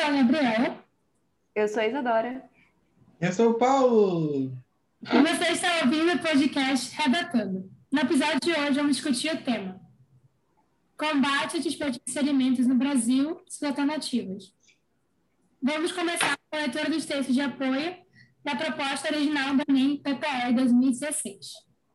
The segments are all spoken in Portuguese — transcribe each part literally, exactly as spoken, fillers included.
a Gabriela. Eu sou a Isadora. Eu sou o Paulo. E você está ouvindo o podcast Redatando. No episódio de hoje, vamos discutir o tema: combate ao desperdício de alimentos no Brasil e suas alternativas. Vamos começar com a leitura dos textos de apoio da proposta original do Enem P P E dois mil e dezesseis.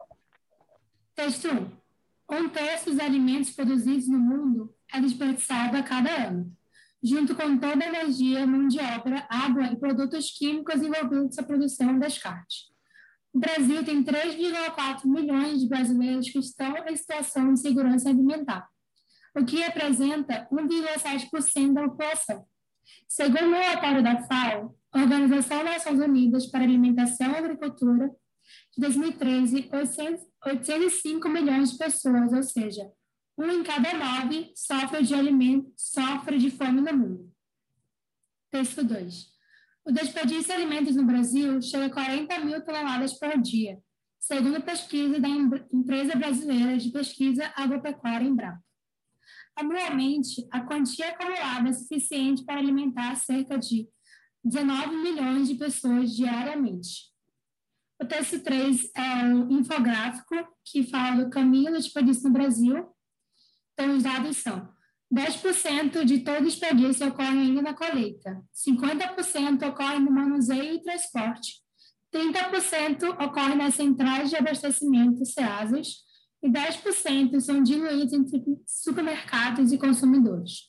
Texto um. Um terço dos alimentos produzidos no mundo é desperdiçado a cada ano, junto com toda a energia, mão de obra, água e produtos químicos envolvidos na produção e descarte. O Brasil tem três vírgula quatro milhões de brasileiros que estão em situação de segurança alimentar, o que representa um vírgula sete por cento da população. Segundo o relatório da FAO, Organização das Nações Unidas para a Alimentação e Agricultura, de dois mil e treze, oitocentos e cinco milhões de pessoas, ou seja, um em cada nove sofre de alimento, sofre de fome no mundo. Texto dois. O desperdício de alimentos no Brasil chega a quarenta mil toneladas por dia, segundo pesquisa da Empresa Brasileira de Pesquisa Agropecuária, Embrapa. Anualmente, a quantia acumulada é suficiente para alimentar cerca de dezenove milhões de pessoas diariamente. O texto três é um infográfico que fala do caminho do desperdício no Brasil. Então, os dados são: dez por cento de todo desperdício ocorre ainda na colheita, cinquenta por cento ocorre no manuseio e transporte, trinta por cento ocorre nas centrais de abastecimento, CEASAs, e dez por cento são diluídos entre supermercados e consumidores.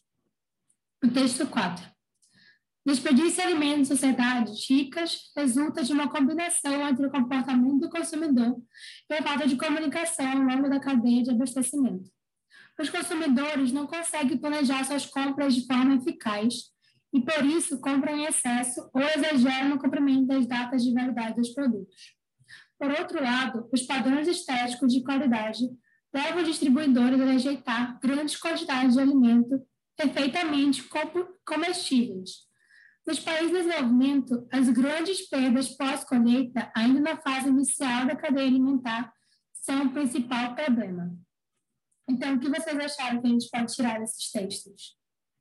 O texto quatro. Desperdício de alimentos em sociedades ricas resulta de uma combinação entre o comportamento do consumidor e a falta de comunicação ao longo da cadeia de abastecimento. Os consumidores não conseguem planejar suas compras de forma eficaz e, por isso, compram em excesso ou exageram no cumprimento das datas de validade dos produtos. Por outro lado, os padrões estéticos de qualidade levam os distribuidores a rejeitar grandes quantidades de alimento perfeitamente comestíveis. Nos países em desenvolvimento, as grandes perdas pós-colheita, ainda na fase inicial da cadeia alimentar, são o principal problema. Então, o que vocês acharam que a gente pode tirar desses textos?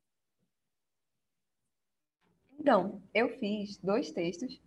Então, eu fiz dois textos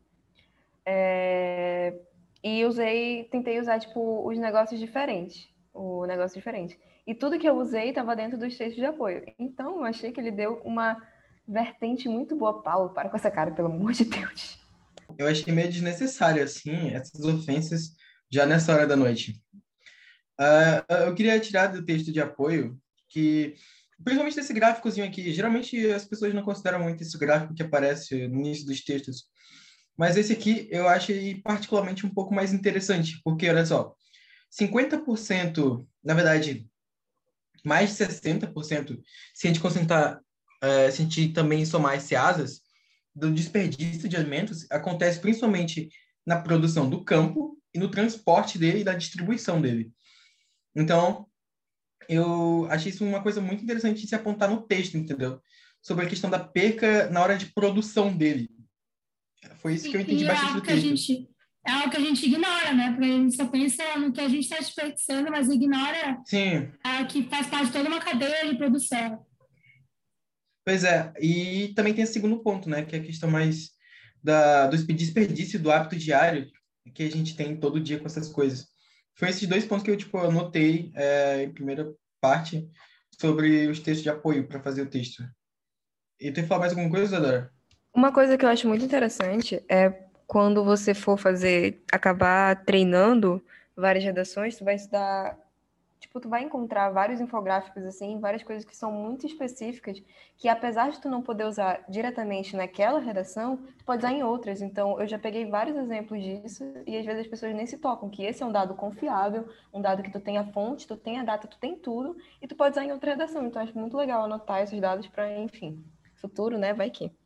é, e usei, tentei usar tipo os negócios diferentes, o negócio diferente. E tudo que eu usei estava dentro dos textos de apoio. Então, eu achei que ele deu uma vertente muito boa. Paulo, para com essa cara, pelo amor de Deus. Eu achei meio desnecessário, assim, essas ofensas já nessa hora da noite. Uh, eu queria tirar do texto de apoio que, principalmente desse gráficozinho aqui, geralmente as pessoas não consideram muito esse gráfico que aparece no início dos textos, mas esse aqui eu achei particularmente um pouco mais interessante, porque, olha só, cinquenta por cento, na verdade, mais de sessenta por cento, se a gente concentrar, uh, se a gente também somar as CEASAs, do desperdício de alimentos acontece principalmente na produção do campo e no transporte dele e da distribuição dele. Então, eu achei isso uma coisa muito interessante de se apontar no texto, entendeu? Sobre a questão da perca na hora de produção dele. Foi isso que eu entendi e bastante é do algo que a texto. gente, é algo que a gente ignora, né? Porque a gente só pensa no que a gente está desperdiçando, mas ignora Sim. É, que faz parte de toda uma cadeia de produção. Pois é. E também tem esse segundo ponto, né? Que é a questão mais da, do desperdício do hábito diário que a gente tem todo dia com essas coisas. Foi esses dois pontos que eu, tipo, anotei é, em primeira parte sobre os textos de apoio para fazer o texto. E tem que falar mais alguma coisa, Isadora? Uma coisa que eu acho muito interessante é quando você for fazer, acabar treinando várias redações, tu vai estudar, tipo, tu vai encontrar vários infográficos, assim, várias coisas que são muito específicas, que apesar de tu não poder usar diretamente naquela redação, tu pode usar em outras. Então, eu já peguei vários exemplos disso, e às vezes as pessoas nem se tocam, que esse é um dado confiável, um dado que tu tem a fonte, tu tem a data, tu tem tudo, e tu pode usar em outra redação. Então, acho muito legal anotar esses dados para, enfim, futuro, né, vai que...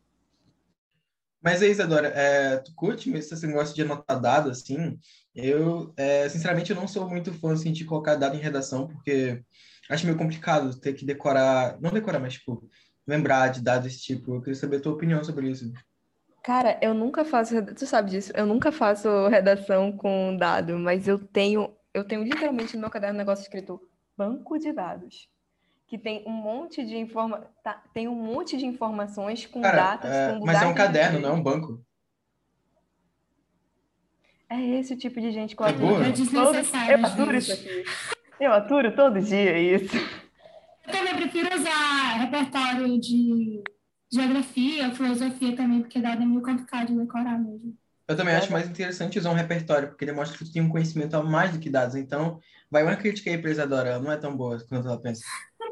Mas aí, Isadora, é, tu curte mesmo esse negócio de anotar dado, assim? Eu, é, sinceramente, eu não sou muito fã, assim, de colocar dado em redação, porque acho meio complicado ter que decorar, não decorar, mas, tipo, lembrar de dados desse tipo. Eu queria saber a tua opinião sobre isso. Cara, eu nunca faço, tu sabe disso, eu nunca faço redação com dado, mas eu tenho, eu tenho literalmente no meu caderno um negócio escrito banco de dados. que tem um monte de informa... tá, tem um monte de informações com Cara, datas, é, com mas é lugar um de caderno, nascimento. não é um banco. É esse o tipo de gente que eu É aturo. É burra? Todo... desnecessário Eu às aturo isso vezes. aqui. Eu aturo todo dia isso. Eu também prefiro usar repertório de geografia, filosofia também, porque dado é meio complicado de decorar mesmo. Eu também acho mais interessante usar um repertório, porque ele mostra que tu tem um conhecimento a mais do que dados. Então, vai uma crítica aí pra Isadora, ela não é tão boa quanto ela pensa.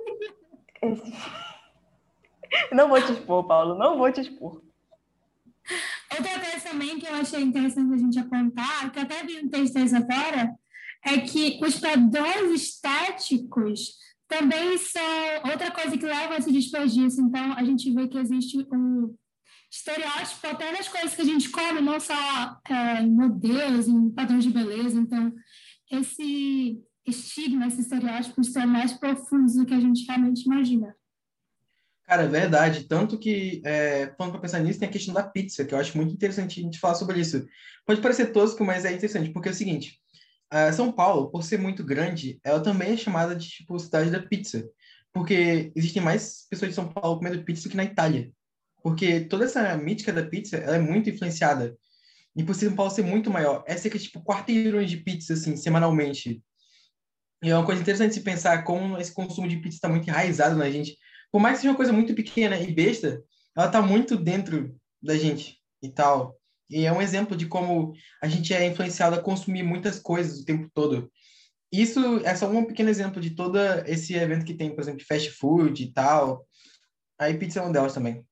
Não vou te expor, Paulo, não vou te expor. Outra coisa também que eu achei interessante a gente apontar, que eu até vi um texto da Isadora, é que os padrões estéticos também são outra coisa que leva a esse desperdício. Então, a gente vê que existe um estereótipo até nas coisas que a gente come, não só é, em modelos, em padrões de beleza. Então, esse estigma, esses estereótipos são mais profundos do que a gente realmente imagina. Cara, é verdade. Tanto que, é, falando para pensar nisso, tem a questão da pizza, que eu acho muito interessante a gente falar sobre isso. Pode parecer tosco, mas é interessante, porque é o seguinte, a São Paulo, por ser muito grande, ela também é chamada de, tipo, cidade da pizza. Porque existem mais pessoas de São Paulo comendo pizza do que na Itália. Porque toda essa mítica da pizza, ela é muito influenciada. E por São Paulo ser muito maior, é cerca de, tipo, quarteirões de pizza, assim, semanalmente. E é uma coisa interessante se pensar como esse consumo de pizza está muito enraizado na gente. Por mais que seja uma coisa muito pequena e besta, ela está muito dentro da gente e tal. E é um exemplo de como a gente é influenciado a consumir muitas coisas o tempo todo. Isso é só um pequeno exemplo de todo esse evento que tem, por exemplo, de fast food e tal. Aí pizza é uma delas também.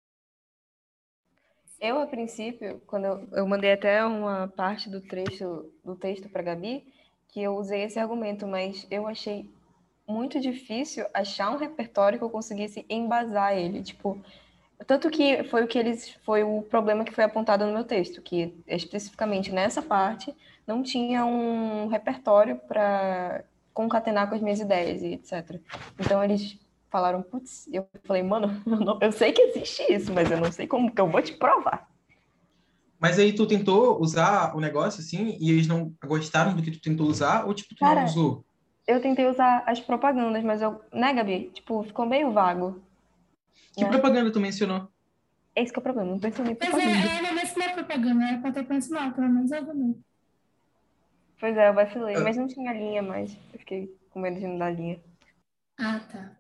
Eu, a princípio, quando eu, eu mandei até uma parte do trecho do texto para Gabi, que eu usei esse argumento, mas eu achei muito difícil achar um repertório que eu conseguisse embasar ele, tipo, tanto que foi o que eles foi o problema que foi apontado no meu texto, que especificamente nessa parte não tinha um repertório para concatenar com as minhas ideias e etcétera. Então eles falaram, putz, eu falei, mano, eu, não, eu sei que existe isso, mas eu não sei como que eu vou te provar. Mas aí tu tentou usar o negócio assim e eles não gostaram do que tu tentou usar ou tipo tu não Cara, usou? eu tentei usar as propagandas, mas eu, né, Gabi? Tipo, ficou meio vago, Que né? propaganda tu mencionou? Esse que é o problema, não pensei em Mas é, propaganda. é, não, mas não é propaganda, é para ter pensado, pelo menos eu também. Pois é, eu vacilei, Ah, mas não tinha linha mais. Eu fiquei com medo de não dar linha. Ah, tá.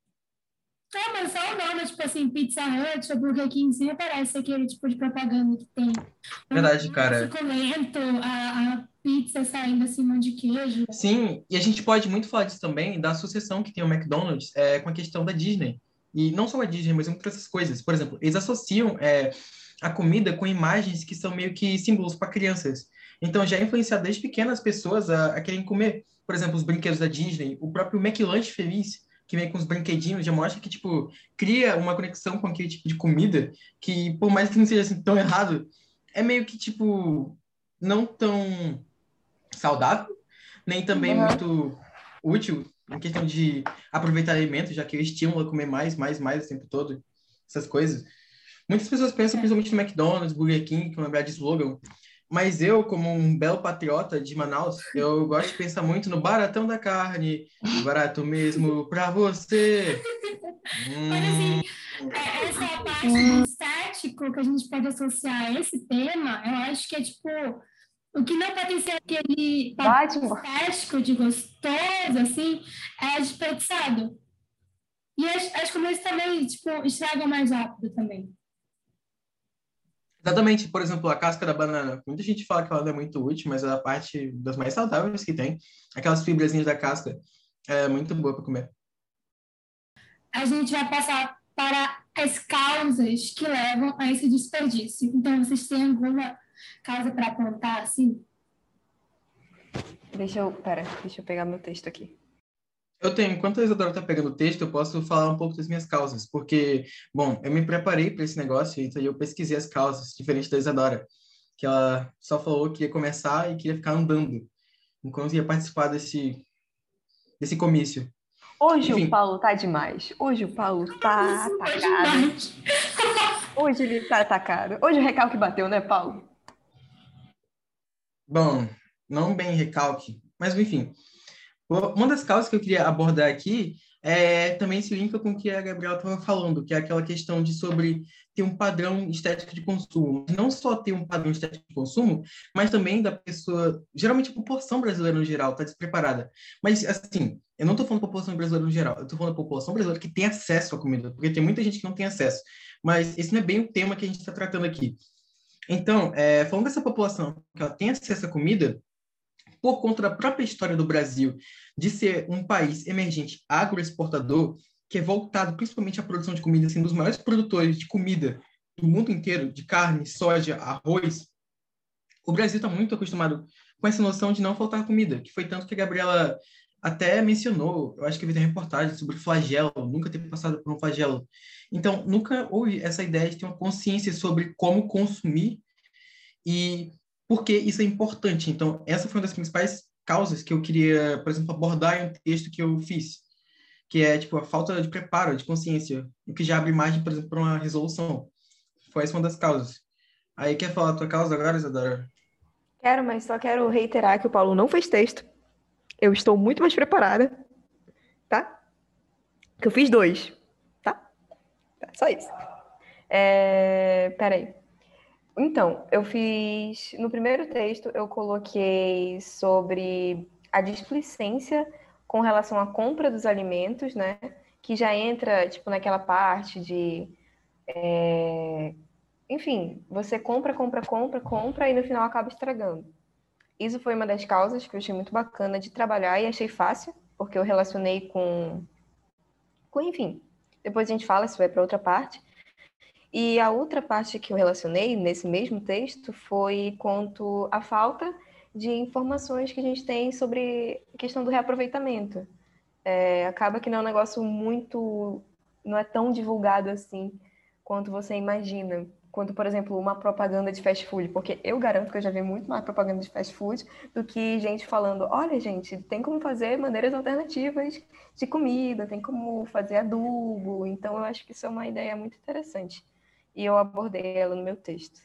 É, mas só o nome, tipo assim, Pizza Hut ou Burger King, sempre aparece aquele tipo de propaganda que tem verdade, um cara. suculento, a, a pizza saindo assim, um monte de queijo. Sim, e a gente pode muito falar disso também, da associação que tem o McDonald's é, com a questão da Disney. E não só a Disney, mas muitas outras coisas. Por exemplo, eles associam é, a comida com imagens que são meio que símbolos para crianças. Então, já é influenciado desde pequenas as pessoas a, a querem comer. Por exemplo, os brinquedos da Disney, o próprio McLanche Feliz, que vem com os brinquedinhos, já mostra que, tipo, cria uma conexão com aquele tipo de comida que, por mais que não seja assim, tão errado, é meio que, tipo, não tão saudável, nem também Uhum. muito útil em questão de aproveitar alimentos, já que ele estimula a comer mais, mais, mais o tempo todo, essas coisas. Muitas pessoas pensam É. principalmente no McDonald's, Burger King, que é uma grande slogan, mas eu, como um belo patriota de Manaus, eu gosto de pensar muito no baratão da carne, barato mesmo pra você. Mas Hum, assim, é, essa parte do estético que a gente pode associar a esse tema, eu acho que é tipo, o que não pode ser aquele padrão Batman. estético de gostoso, assim, é desperdiçado. E as, as comidas também, tipo, estragam mais rápido também. exatamente, por exemplo, a casca da banana. Muita gente fala que ela não é muito útil, mas é a parte das mais saudáveis que tem. Aquelas fibrazinhas da casca é muito boa para comer. A gente vai passar para as causas que levam a esse desperdício. Então, vocês têm alguma causa para apontar, assim? Deixa eu. Pera, deixa eu pegar meu texto aqui. Eu tenho, enquanto a Isadora está pegando o texto, eu posso falar um pouco das minhas causas, porque, bom, eu me preparei para esse negócio, então eu pesquisei as causas, diferente da Isadora, que ela só falou que ia começar e queria ficar andando, enquanto ia participar desse, desse comício. Hoje o Enfim, Paulo tá demais. Hoje o Paulo tá Isso é atacado. demais. Hoje ele tá atacado. Hoje o recalque bateu, né, Paulo? bom, não bem recalque, mas enfim, uma das causas que eu queria abordar aqui é, também se linka com o que a Gabriela estava falando, que é aquela questão de sobre ter um padrão estético de consumo. Não só ter um padrão estético de consumo, mas também da pessoa... Geralmente a população brasileira no geral está despreparada. Mas, assim, eu não estou falando da população brasileira no geral, eu estou falando da população brasileira que tem acesso à comida, porque tem muita gente que não tem acesso. Mas esse não é bem o tema que a gente está tratando aqui. Então, é, falando dessa população que ela tem acesso à comida, por conta da própria história do Brasil, de ser um país emergente agroexportador, que é voltado principalmente à produção de comida, sendo um dos maiores produtores de comida do mundo inteiro, de carne, soja, arroz, o Brasil está muito acostumado com essa noção de não faltar comida, que foi tanto que a Gabriela até mencionou, eu acho que vi uma reportagem sobre flagelo, nunca ter passado por um flagelo. Então, nunca houve essa ideia de ter uma consciência sobre como consumir e por que isso é importante. Então, essa foi uma das principais causas que eu queria, por exemplo, abordar em um texto que eu fiz, que é, tipo, a falta de preparo, de consciência, o que já abre margem, por exemplo, para uma resolução. Foi essa uma das causas. Aí, quer falar a tua causa agora, Isadora? Quero, mas só quero reiterar que o Paulo não fez texto. Eu estou muito mais preparada, tá? Que eu fiz dois, tá? Tá, só isso. É... Peraí. Então, eu fiz... No primeiro texto, eu coloquei sobre a displicência com relação à compra dos alimentos, né? Que já entra, tipo, naquela parte de... É... Enfim, você compra, compra, compra, compra e no final acaba estragando. Isso foi uma das causas que eu achei muito bacana de trabalhar e achei fácil, porque eu relacionei com... com enfim, depois a gente fala, isso vai para outra parte. E a outra parte que eu relacionei nesse mesmo texto foi quanto à falta de informações que a gente tem sobre a questão do reaproveitamento. É, acaba que não é um negócio muito... não é tão divulgado assim quanto você imagina. Quanto, por exemplo, uma propaganda de fast food, porque eu garanto que eu já vi muito mais propaganda de fast food do que gente falando, olha, gente, tem como fazer maneiras alternativas de comida, tem como fazer adubo. Então, eu acho que isso é uma ideia muito interessante. E eu abordei ela no meu texto.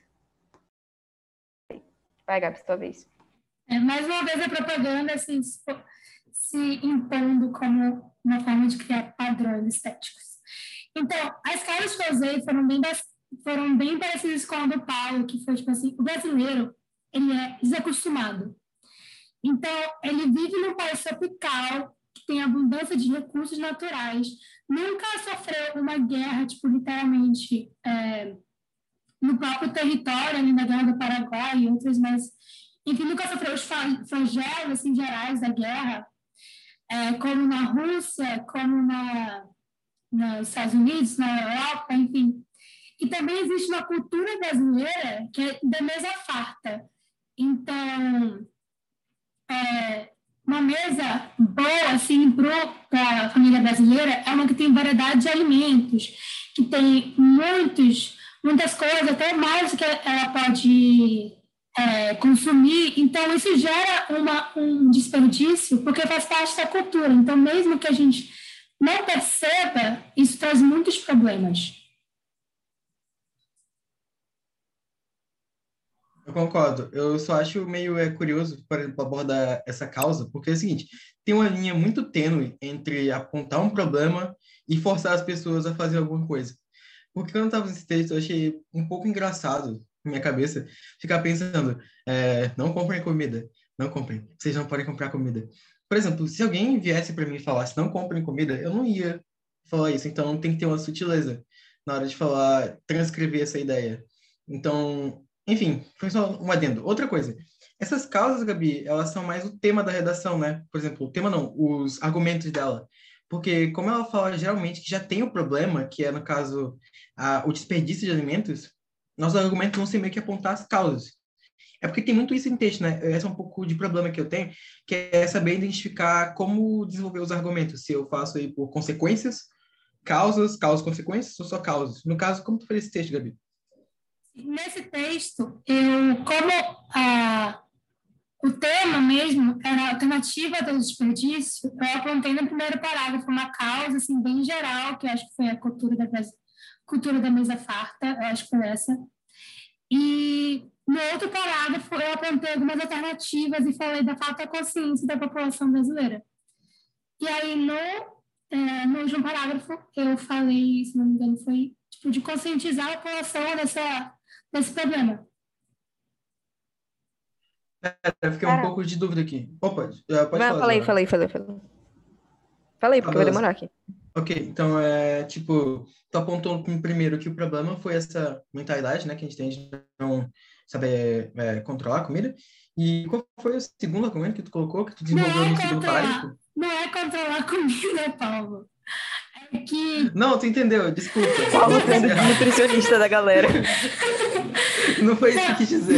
Vai, Gabi, sua vez. É, mais uma vez a propaganda assim, se, se impondo como uma forma de criar padrões estéticos. Então, as caras que eu usei foram bem, foram bem parecidas com a do Paulo, que foi tipo assim, o brasileiro, ele é desacostumado. Então, ele vive num país tropical, que tem abundância de recursos naturais, nunca sofreu uma guerra, tipo, literalmente, é, no próprio território, ali na Guerra do Paraguai e outras, mas, enfim, nunca sofreu os flagelos, assim, gerais da guerra, é, como na Rússia, como na, nos Estados Unidos, na Europa, enfim. E também existe uma cultura brasileira que é da mesa farta. Então, é, uma mesa boa, assim, para a família brasileira é uma que tem variedade de alimentos, que tem muitos, muitas coisas, até mais do que ela pode é, consumir. Então, isso gera uma, um desperdício, porque faz parte da cultura. Então, mesmo que a gente não perceba, isso traz muitos problemas. Eu concordo. Eu só acho meio é, curioso, por exemplo, abordar essa causa, porque é o seguinte, tem uma linha muito tênue entre apontar um problema e forçar as pessoas a fazer alguma coisa. Porque quando eu estava nesse texto, eu achei um pouco engraçado, na minha cabeça, ficar pensando, é, não comprem comida, não comprem, vocês não podem comprar comida. Por exemplo, se alguém viesse para mim e falasse, não comprem comida, eu não ia falar isso. Então, tem que ter uma sutileza na hora de falar, transcrever essa ideia. Então, enfim, foi só um adendo. Outra coisa, essas causas, Gabi, elas são mais o tema da redação, né? Por exemplo, o tema não, os argumentos dela. Porque como ela fala geralmente que já tem o problema, que é, no caso, a, o desperdício de alimentos, nossos argumentos vão ser meio que apontar as causas. É porque tem muito isso em texto, né? Esse é um pouco de problema que eu tenho, que é saber identificar como desenvolver os argumentos. Se eu faço aí por consequências, causas, causas, consequências, ou só causas. No caso, como tu fez esse texto, Gabi? Nesse texto, eu, como a, o tema mesmo era a alternativa do desperdício, eu apontei no primeiro parágrafo uma causa, assim, bem geral, que eu acho que foi a cultura da, cultura da mesa farta, eu acho que foi essa. E no outro parágrafo, eu apontei algumas alternativas e falei da falta de consciência da população brasileira. E aí, no é, no último parágrafo, eu falei, se não me engano, foi tipo, de conscientizar a população dessa, desse problema. Eu fiquei um Cara, pouco de dúvida aqui. Opa, eh, pode vai, falar, falei, Zora. falei, falei, falei. Falei, Ah, porque vai beleza. demorar aqui. Ok, então é tipo, tu apontou primeiro que o problema foi essa mentalidade, né, que a gente tem de não saber é, controlar a comida. E qual foi o segundo argumento que tu colocou, que tu Não desenvolveu é no segundo controlar, parágrafo? não é controlar a comida, Paulo. É que Não, tu entendeu, desculpa, eu Paulo expressei sendo errado. nutricionista da galera. Não foi isso que eu quis dizer.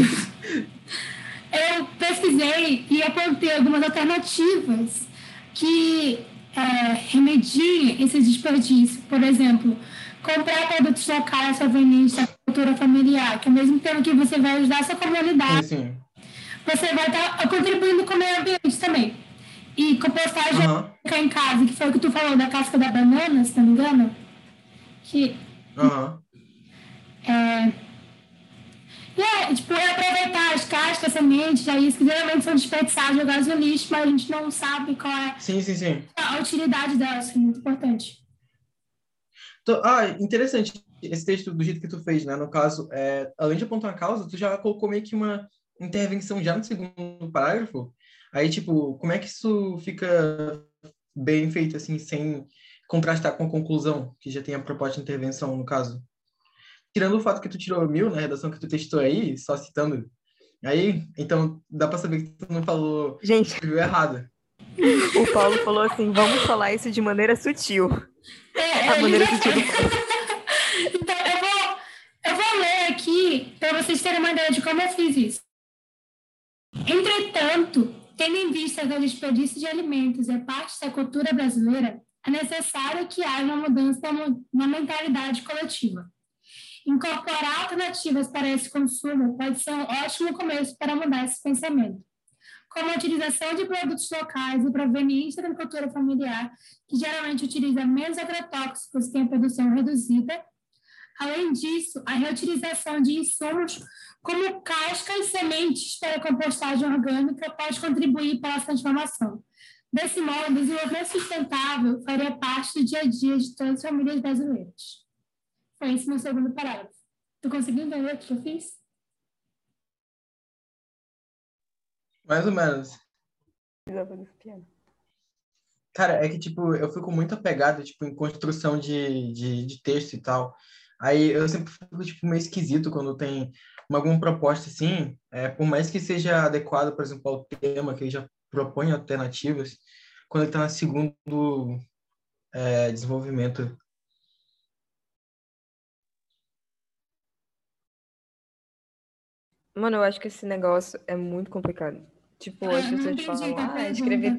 eu pesquisei e apontei algumas alternativas que é, remediem esse desperdício. Por exemplo, comprar produtos locais provenientes da cultura familiar, que ao mesmo tempo que você vai ajudar a sua Sim, comunidade, sim. você vai estar contribuindo com o meio ambiente também. E compostagem Aham, em casa, que foi o que tu falou da casca da banana, se não me engano, que aham. é, e é, tipo, reaproveitar as cascas, sementes, é isso que geralmente são desperdiçadas, jogadas no lixo, mas a gente não sabe qual é Sim, sim, sim. a utilidade delas, que é muito importante. Tô- ah, interessante esse texto do jeito que tu fez, né? No caso, é, além de apontar a causa, tu já colocou meio que uma intervenção já no segundo parágrafo. Aí, tipo, como é que isso fica bem feito, assim, sem contrastar com a conclusão, que já tem a proposta de intervenção, no caso? Tirando o fato que tu tirou mil na redação que tu testou aí, só citando, aí, então dá pra saber que tu não falou, Gente, escreveu errado. o Paulo falou assim: vamos falar isso de maneira sutil. A É, ele maneira já... sutil do Paulo. Então, eu vou, eu vou ler aqui para vocês terem uma ideia de como eu fiz isso. Entretanto, tendo em vista que o desperdício de alimentos é parte da cultura brasileira, é necessário que haja uma mudança na mentalidade coletiva. Incorporar alternativas para esse consumo pode ser um ótimo começo para mudar esse pensamento, como a utilização de produtos locais e provenientes da agricultura familiar, que geralmente utiliza menos agrotóxicos e tem a produção reduzida. Além disso, a reutilização de insumos como cascas e sementes para a compostagem orgânica pode contribuir para essa transformação. Desse modo, o desenvolvimento sustentável faria parte do dia a dia de todas as famílias brasileiras. Foi esse meu segundo parágrafo. Tu conseguiu entender o que eu fiz? Mais ou menos. Cara, é que, tipo, eu fico muito apegado, tipo, em construção de, de, de texto e tal. Aí eu sempre fico, tipo, meio esquisito quando tem uma, alguma proposta assim, é, por mais que seja adequado, por exemplo, ao tema, que ele já propõe alternativas, quando ele está no segundo é, desenvolvimento. Mano, eu acho que esse negócio é muito complicado. Tipo, as É, não pessoas entendi a falam, tua ah, pergunta. escrever.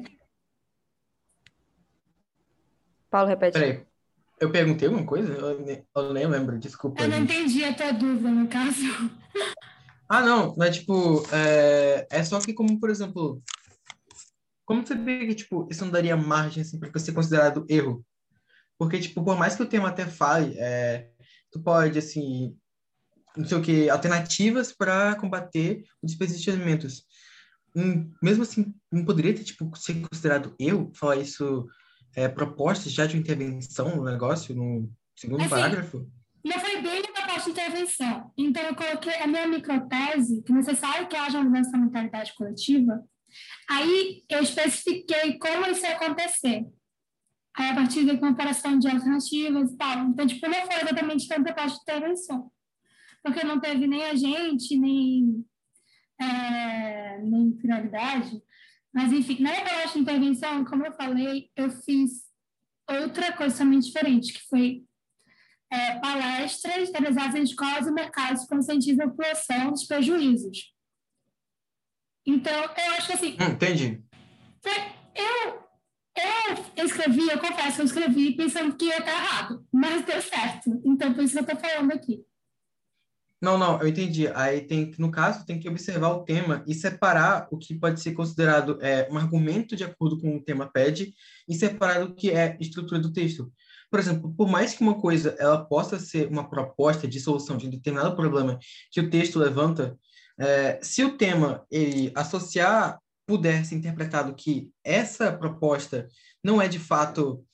Paulo, repete. Peraí, eu perguntei alguma coisa? Eu, ne- eu nem lembro, Eu desculpa, não gente. entendi a tua dúvida, no caso. Ah, não, mas, tipo, é, é só que como, por exemplo, como você vê que, tipo, isso não daria margem, assim, para ser considerado erro? Porque, tipo, por mais que o tema até fale, é, tu pode, assim, não sei o que, alternativas para combater o desperdício de alimentos. Hum, mesmo assim, não poderia ter, tipo, ser considerado eu falar isso, é, propostas já de intervenção no negócio, no segundo Assim, parágrafo? não foi bem uma parte de intervenção. Então, eu coloquei a minha microtese, que é necessário que haja uma mudança na mentalidade coletiva. Aí, eu especifiquei como isso ia acontecer. Aí, a partir da comparação de alternativas e tal. Então, tipo, não foi exatamente tanta parte de intervenção. Porque não teve nem agente, nem, é, nem finalidade. Mas, enfim, na parte de intervenção, como eu falei, eu fiz outra coisa totalmente diferente, que foi é, palestras realizadas em escolas e mercados que conscientizam a população dos prejuízos. Então, eu acho que assim, Hum, entendi. eu, eu escrevi, eu confesso que eu escrevi pensando que ia estar errado, mas deu certo. Então, por isso que eu estou falando aqui. Não, não, eu entendi. Aí tem que, no caso, tem que observar o tema e separar o que pode ser considerado é, um argumento de acordo com o tema pede e separar o que é estrutura do texto. Por exemplo, por mais que uma coisa ela possa ser uma proposta de solução de um determinado problema que o texto levanta, é, se o tema ele associar puder ser interpretado que essa proposta não é de fato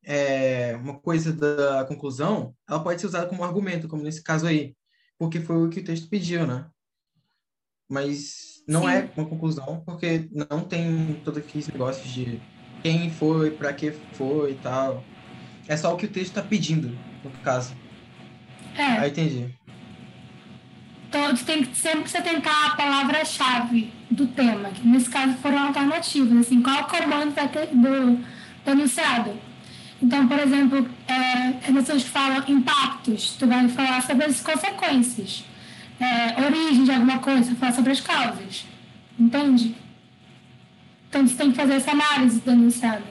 é, uma coisa da conclusão, ela pode ser usada como argumento, como nesse caso aí, porque foi o que o texto pediu, né? Mas não Sim. é uma conclusão, porque não tem todos aqueles negócios de quem foi, para que foi e tal. É só o que o texto está pedindo, no caso. É, Aí entendi. todos tem que sempre você tentar a palavra-chave do tema, que nesse caso foram alternativas, assim, qual o comando vai ter do, do enunciado. Então, por exemplo, é, pessoas que falam impactos, tu vai falar sobre as consequências. É, origem de alguma coisa, falar sobre as causas. Entende? Então, você tem que fazer essa análise do enunciado.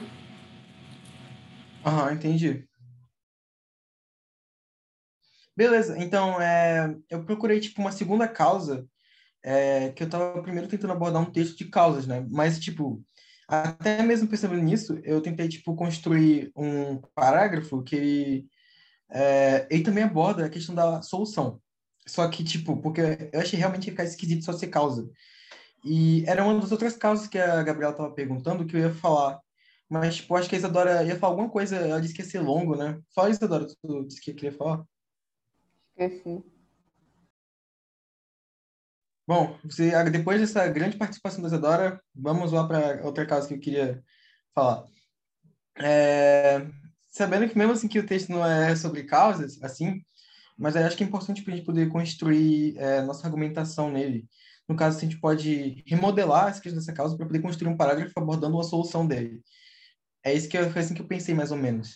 Aham, entendi. Beleza, então é, eu procurei tipo uma segunda causa, é, que eu estava primeiro tentando abordar um texto de causas, né? Mas tipo, até mesmo pensando nisso, eu tentei tipo construir um parágrafo que é, ele também aborda a questão da solução. Só que tipo, porque eu achei realmente que ia ficar esquisito só ser causa. E era uma das outras causas que a Gabriela estava perguntando que eu ia falar. Mas, tipo, acho que a Isadora ia falar alguma coisa, ela disse que ia ser longo, né? Fala, Isadora, tu disse que queria falar. Esqueci. Bom, você, depois dessa grande participação da Isadora, vamos lá para outra causa que eu queria falar. É, sabendo que mesmo assim que o texto não é sobre causas, assim, mas eu acho que é importante para a gente poder construir é, nossa argumentação nele. No caso, a gente pode remodelar essa questão dessa causa para poder construir um parágrafo abordando uma solução dele. É isso que eu, foi assim que eu pensei, mais ou menos.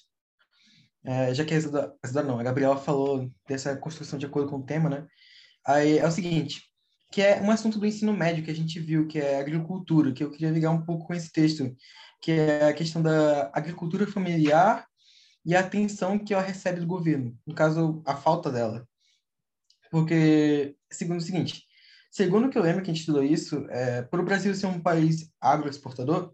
É, já que a Isadora, a Isadora não, a Gabriela falou dessa construção de acordo com o tema, né? Aí é o seguinte, que é um assunto do ensino médio que a gente viu, que é a agricultura, que eu queria ligar um pouco com esse texto, que é a questão da agricultura familiar e a atenção que ela recebe do governo, no caso, a falta dela. Porque, segundo o seguinte, segundo o que eu lembro que a gente estudou isso, é, para o Brasil ser um país agroexportador,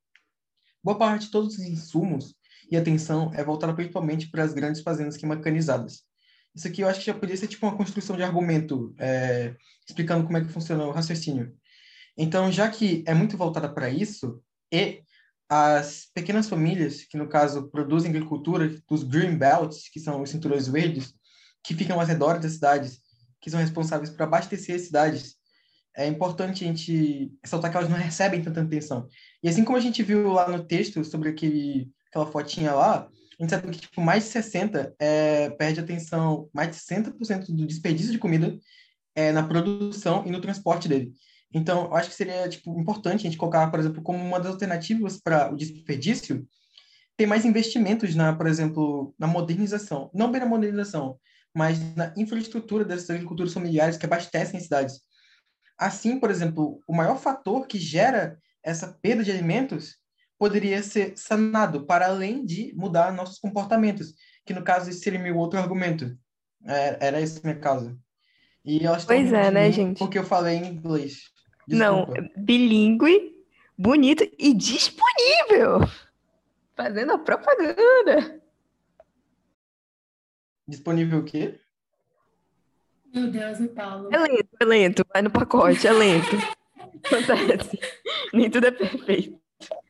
boa parte de todos os insumos e atenção é voltada principalmente para as grandes fazendas quimicalizadas. Isso aqui eu acho que já poderia ser tipo uma construção de argumento, é, explicando como é que funciona o raciocínio. Então, já que é muito voltada para isso, e as pequenas famílias, que no caso produzem agricultura, dos green belts, que são os cinturões verdes, que ficam ao redor das cidades, que são responsáveis por abastecer as cidades, é importante a gente ressaltar que elas não recebem tanta atenção. E assim como a gente viu lá no texto sobre aquele, aquela fotinha lá, a gente sabe que tipo, mais de sessenta é, perde atenção, mais de sessenta por cento do desperdício de comida é na produção e no transporte dele. Então, eu acho que seria tipo, importante a gente colocar, por exemplo, como uma das alternativas para o desperdício, ter mais investimentos na, por exemplo, na modernização. Não bem na modernização, mas na infraestrutura dessas agriculturas familiares que abastecem as cidades. Assim, por exemplo, o maior fator que gera essa perda de alimentos poderia ser sanado, para além de mudar nossos comportamentos, que no caso esse seria meu outro argumento. É, era essa a minha causa. E elas estão Pois rindo é, de né, mim gente? porque eu falei em inglês. Não, Desculpa. bilíngue, bonito e disponível. Fazendo a propaganda. Disponível o quê? Meu Deus, o É Paulo. lento, é lento, vai no pacote, é lento. Acontece. Nem tudo é perfeito.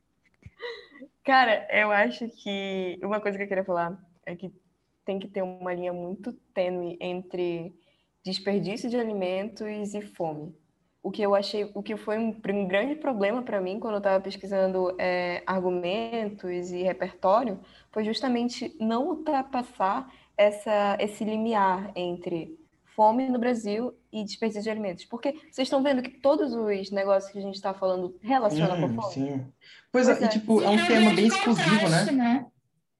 Cara, eu acho que uma coisa que eu queria falar é que tem que ter uma linha muito tênue entre desperdício de alimentos e fome. O que eu achei, o que foi um, um grande problema para mim quando eu estava pesquisando é, argumentos e repertório foi justamente não ultrapassar essa, esse limiar entre fome no Brasil e desperdício de alimentos. Porque vocês estão vendo que todos os negócios que a gente está falando relacionam com a Sim, fome? sim. Pois Pois é, e é. tipo, Sim, é um é um tema grande bem exclusivo, contraste, né? né?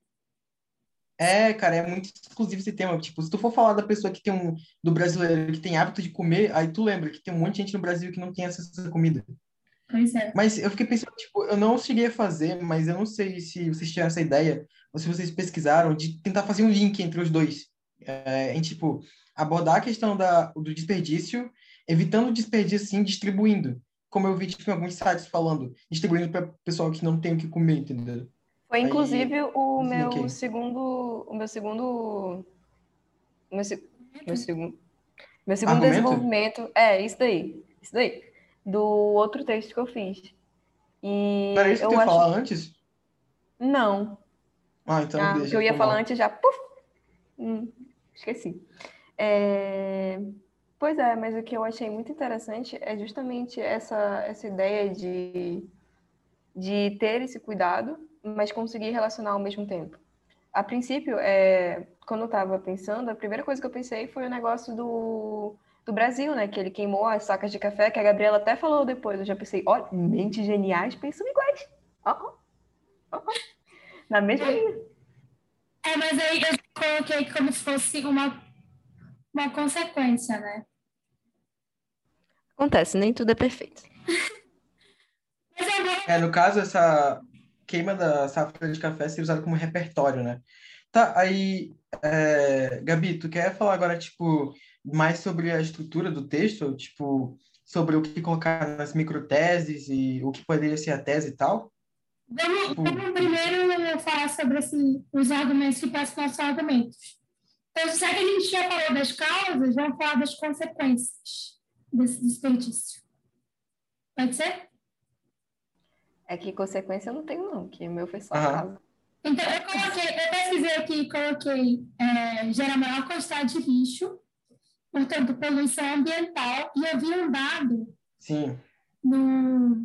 É, cara, é muito exclusivo esse tema. Tipo, se tu for falar da pessoa que tem um, do brasileiro que tem hábito de comer, aí tu lembra que tem um monte de gente no Brasil que não tem acesso à comida. Pois é. Mas eu fiquei pensando, tipo, eu não cheguei a fazer, mas eu não sei se vocês tiveram essa ideia, ou se vocês pesquisaram, de tentar fazer um link entre os dois. É, em, tipo, abordar a questão da, do desperdício, evitando o desperdício, sim, distribuindo. Como eu vi, tipo, em alguns sites falando, distribuindo para pessoal que não tem o que comer, entendeu? Foi Aí, inclusive o esse link meu aí. segundo, o meu segundo, o meu, se- meu segundo, meu segundo Argumento? desenvolvimento é isso daí, isso daí, do outro texto que eu fiz. Não era E isso que tu eu ia acho falar que antes? não, Ah, então Ah, o que deixa eu ia por falar mal. antes já, puf, hum, esqueci. É, Pois é, mas o que eu achei muito interessante é justamente essa, essa ideia de, de ter esse cuidado, mas conseguir relacionar ao mesmo tempo. A princípio, é, quando eu estava pensando, a primeira coisa que eu pensei foi o negócio do, do Brasil, né? Que ele queimou as sacas de café, que a Gabriela até falou depois. Eu já pensei, ó, mentes geniais pensam iguais. Ó, ó, ó, ó. Na mesma É, linha. é, mas aí eu coloquei como se fosse uma, uma consequência, né? Acontece, nem tudo é perfeito. Mas eu vou. É, no caso, essa queima da safra de café seria usada como repertório, né? Tá, aí, é, Gabi, tu quer falar agora, tipo, mais sobre a estrutura do texto? Tipo, sobre o que colocar nas microteses e o que poderia ser a tese e tal? Vamos, Tipo, vamos primeiro falar sobre esse, os argumentos que passam nossos argumentos. Então, já que a gente já falou das causas, vamos falar das consequências desse desperdício. Pode ser? É que consequência eu não tenho, não, que o meu foi só a aham, casa. Então, eu coloquei, eu pesquisei aqui, coloquei é, gera maior quantidade de lixo, portanto, poluição ambiental, e eu vi um dado sim, no,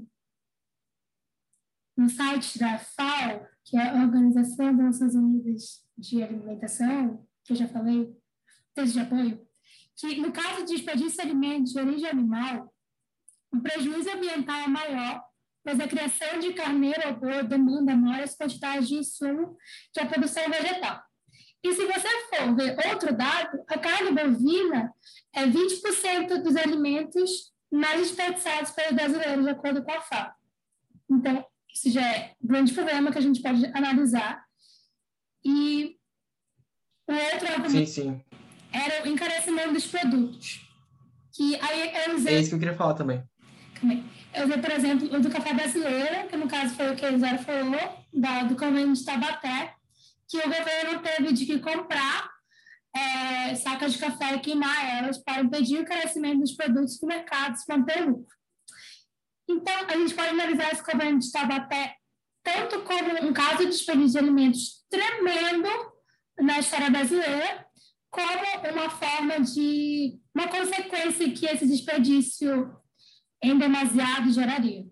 no site da FAO, que é a Organização das Nações Unidas de Alimentação, que eu já falei, texto de apoio, que no caso de desperdício de alimentos de origem animal, o prejuízo ambiental é maior, pois a criação de carneiro ou boi demanda maiores quantidades de insumo que a produção vegetal. E se você for ver outro dado, a carne bovina é vinte por cento dos alimentos mais desperdiçados pelos brasileiros, de acordo com a FAO. Então, isso já é um grande problema que a gente pode analisar. E o outro sim, argumento sim. era o encarecimento dos produtos. Que aí eu É usei, isso que eu queria falar também. eu usei, por exemplo, o do café brasileiro, que no caso foi o que o Zé falou, da, do convênio de Tabaté, que o governo teve de que comprar é, sacas de café e queimar elas para impedir o crescimento dos produtos do mercado se manter lucro. Então, a gente pode analisar esse convênio de Tabaté tanto como um caso de desperdício de alimentos tremendo na história brasileira, como uma forma de uma consequência que esse desperdício em demasiado geraria.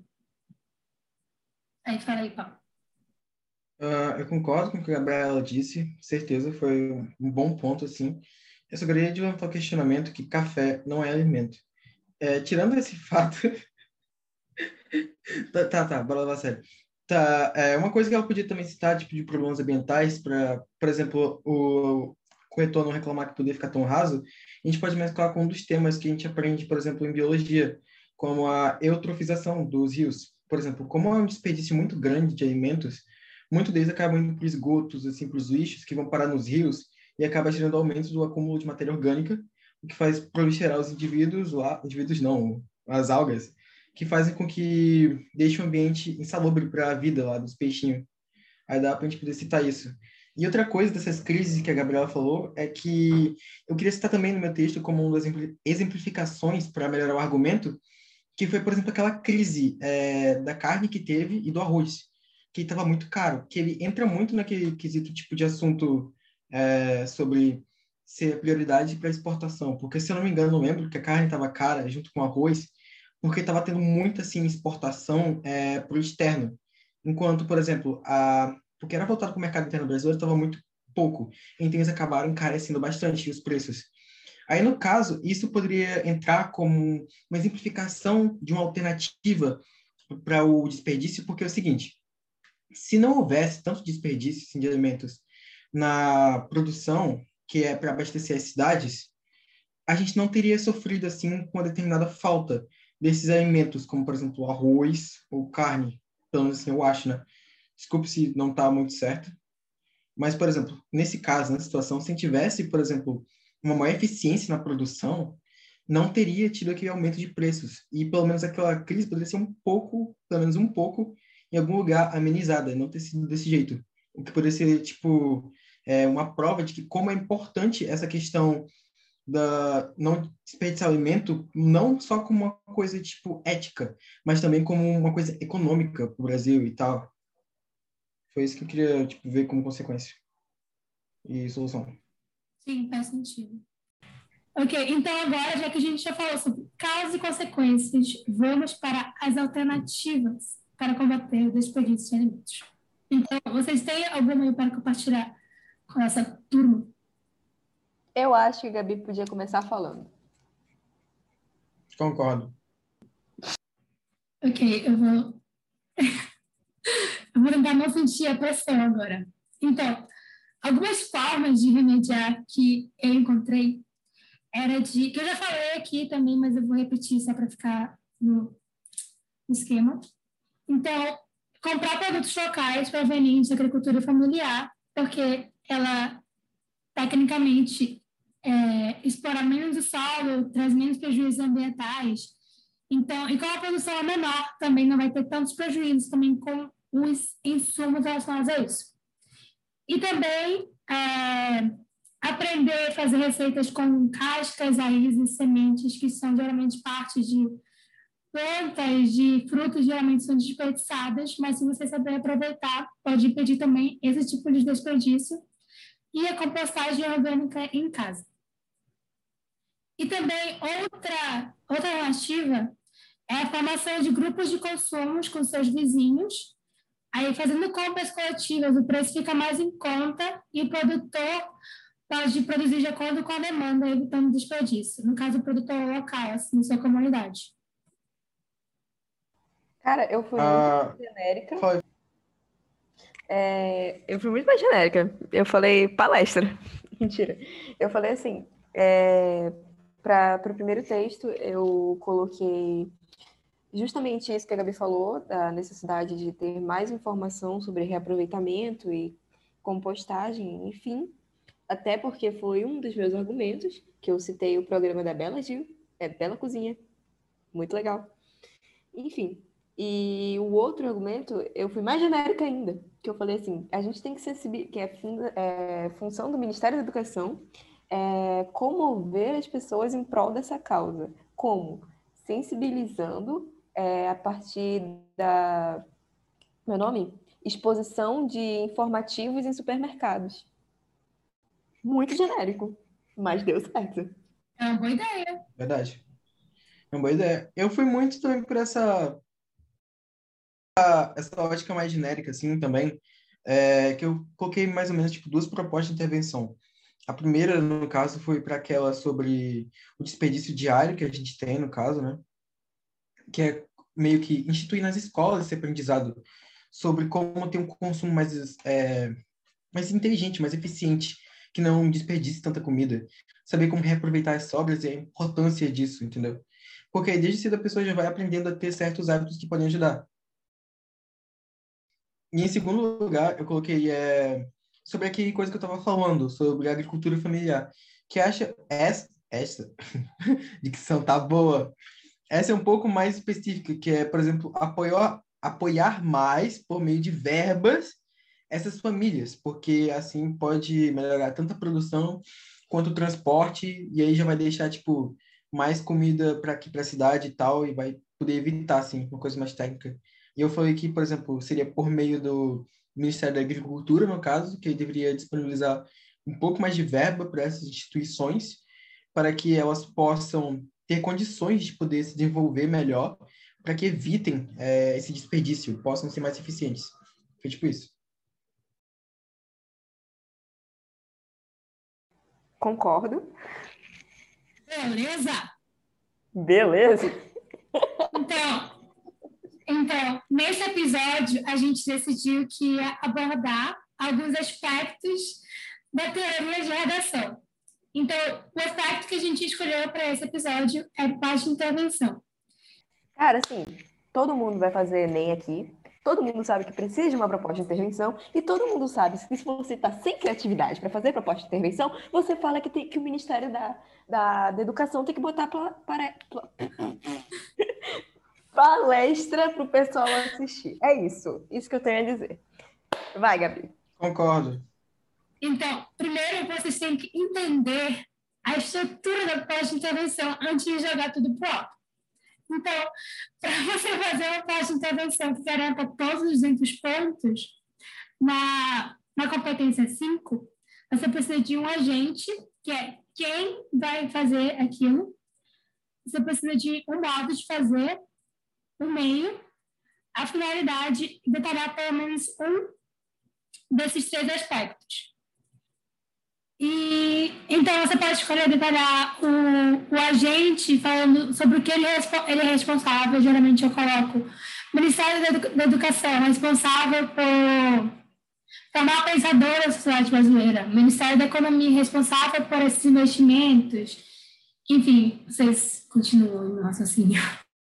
Aí fala aí, Paulo. Ah, eu concordo com o que a Gabriela disse, certeza, foi um bom ponto, assim. Eu só queria levantar o questionamento que café não é alimento. É, tirando esse fato, tá, tá, tá, bora levar a sério. Tá, é, uma coisa que ela podia também citar, tipo, de problemas ambientais, para, por exemplo, o corretor não reclamar que poder ficar tão raso, a gente pode mesclar com um dos temas que a gente aprende, por exemplo, em biologia, como a eutrofização dos rios. Por exemplo, como é um desperdício muito grande de alimentos, muitos deles acabam indo para os esgotos, assim, para os lixos que vão parar nos rios e acaba gerando aumento do acúmulo de matéria orgânica, o que faz proliferar os indivíduos lá, indivíduos não, as algas, que fazem com que deixe o ambiente insalubre para a vida lá dos peixinhos. Aí dá para a gente poder citar isso. E outra coisa dessas crises que a Gabriela falou é que eu queria citar também no meu texto como uma das exemplificações para melhorar o argumento, que foi, por exemplo, aquela crise é, da carne que teve e do arroz, que estava muito caro, que ele entra muito naquele quesito tipo de assunto é, sobre ser prioridade para exportação, porque se eu não me engano, eu lembro que a carne estava cara junto com o arroz, porque estava tendo muita assim exportação é, para o externo, enquanto, por exemplo, a porque era voltado para o mercado interno brasileiro, estava muito pouco, então eles acabaram encarecendo bastante os preços. Aí, no caso, isso poderia entrar como uma exemplificação de uma alternativa para o desperdício, porque é o seguinte: se não houvesse tanto desperdício assim, de alimentos na produção, que é para abastecer as cidades, a gente não teria sofrido assim com uma determinada falta desses alimentos, como, por exemplo, arroz ou carne. Pelo menos assim, eu acho, né? Desculpe se não está muito certo. Mas, por exemplo, nesse caso, na situação, se tivesse, por exemplo, uma maior eficiência na produção, não teria tido aquele aumento de preços. E pelo menos aquela crise poderia ser um pouco, pelo menos um pouco, em algum lugar amenizada, não ter sido desse jeito. O que poderia ser, tipo, é, uma prova de que como é importante essa questão da não desperdiçar alimento, não só como uma coisa, tipo, ética, mas também como uma coisa econômica para o Brasil e tal. Foi isso que eu queria tipo, ver como consequência e solução. Sim, faz sentido. Ok, então agora, já que a gente já falou sobre causas e consequências, vamos para as alternativas para combater o desperdício de alimentos. Então, vocês têm alguma aí para compartilhar com essa turma? Eu acho que a Gabi podia começar falando. Concordo. Ok, eu vou... eu vou tentar não sentir a pressão agora. Então, algumas formas de remediar que eu encontrei era de... que eu já falei aqui também, mas eu vou repetir só para ficar no esquema. Então, comprar produtos locais provenientes da agricultura familiar, porque ela, tecnicamente, é, explora menos o solo, traz menos prejuízos ambientais. Então, e como a produção é menor, também não vai ter tantos prejuízos também com os insumos relacionados a isso. E também é, aprender a fazer receitas com cascas, raízes, sementes, que são geralmente parte de plantas de frutos geralmente são desperdiçadas, mas se você saber aproveitar, pode impedir também esse tipo de desperdício e a compostagem orgânica em casa. E também outra, outra alternativa é a formação de grupos de consumos com seus vizinhos. Aí, fazendo compras coletivas, o preço fica mais em conta e o produtor pode produzir de acordo com a demanda, evitando desperdício. No caso, o produtor local, assim, na sua comunidade. Cara, eu fui muito Ah, genérica. fala- É, eu fui muito mais genérica. Eu falei palestra. Mentira. Eu falei assim, é, para o primeiro texto, eu coloquei justamente isso que a Gabi falou, da necessidade de ter mais informação sobre reaproveitamento e compostagem, enfim. Até porque foi um dos meus argumentos, que eu citei o programa da Bela Gil, é Bela Cozinha, muito legal. Enfim, e o outro argumento, eu fui mais genérica ainda, que eu falei assim, a gente tem que sensibilizar, que é, funda, é função do Ministério da Educação, é comover as pessoas em prol dessa causa. Como? Sensibilizando é, a partir da, meu nome? Exposição de informativos em supermercados. Muito genérico, mas deu certo. É uma boa ideia. Verdade. É uma boa ideia. Eu fui muito também por essa, essa ótica mais genérica, assim, também, é, que eu coloquei mais ou menos, tipo, duas propostas de intervenção. A primeira, no caso, foi para aquela sobre o desperdício diário que a gente tem, no caso, né? Que é meio que instituir nas escolas esse aprendizado sobre como ter um consumo mais, é, mais inteligente, mais eficiente, que não desperdice tanta comida. Saber como reaproveitar as sobras e a importância disso, entendeu? Porque aí, desde cedo a pessoa já vai aprendendo a ter certos hábitos que podem ajudar. E em segundo lugar, eu coloquei é, sobre aquela coisa que eu estava falando, sobre a agricultura familiar, que acha essa, essa dicção tá boa. Essa é um pouco mais específica, que é, por exemplo, apoiar, apoiar mais por meio de verbas essas famílias, porque assim pode melhorar tanto a produção quanto o transporte, e aí já vai deixar, tipo, mais comida para aqui para a cidade e tal, e vai poder evitar, assim, uma coisa mais técnica. E eu falei que, por exemplo, seria por meio do Ministério da Agricultura, no caso, que deveria disponibilizar um pouco mais de verba para essas instituições, para que elas possam ter condições de poder se desenvolver melhor, para que evitem é, esse desperdício, possam ser mais eficientes. Foi tipo isso. Concordo. Beleza? Beleza. Então, então, nesse episódio, a gente decidiu que ia abordar alguns aspectos da teoria de redação. Então, o aspecto que a gente escolheu para esse episódio é parte de intervenção. Cara, assim, todo mundo vai fazer Enem aqui, todo mundo sabe que precisa de uma proposta de intervenção, e todo mundo sabe que se você está sem criatividade para fazer proposta de intervenção, você fala que, tem, que o Ministério da, da, da Educação tem que botar pla, para, pla, palestra para o pessoal assistir. É isso, isso que eu tenho a dizer. Vai, Gabi. Concordo. Então, primeiro vocês têm que entender a estrutura da proposta de intervenção antes de jogar tudo pro alto. Então, para você fazer uma proposta de intervenção que garanta todos os duzentos pontos, na, na competência cinco, você precisa de um agente, que é quem vai fazer aquilo. Você precisa de um modo de fazer, um meio, a finalidade e detalhar pelo menos um desses três aspectos. E então você pode escolher detalhar o, o agente falando sobre o que ele, ele é responsável. Geralmente eu coloco o Ministério da, Edu, da Educação responsável por formar o pensador da sociedade brasileira, o Ministério da Economia responsável por esses investimentos. Enfim, vocês continuam no raciocínio.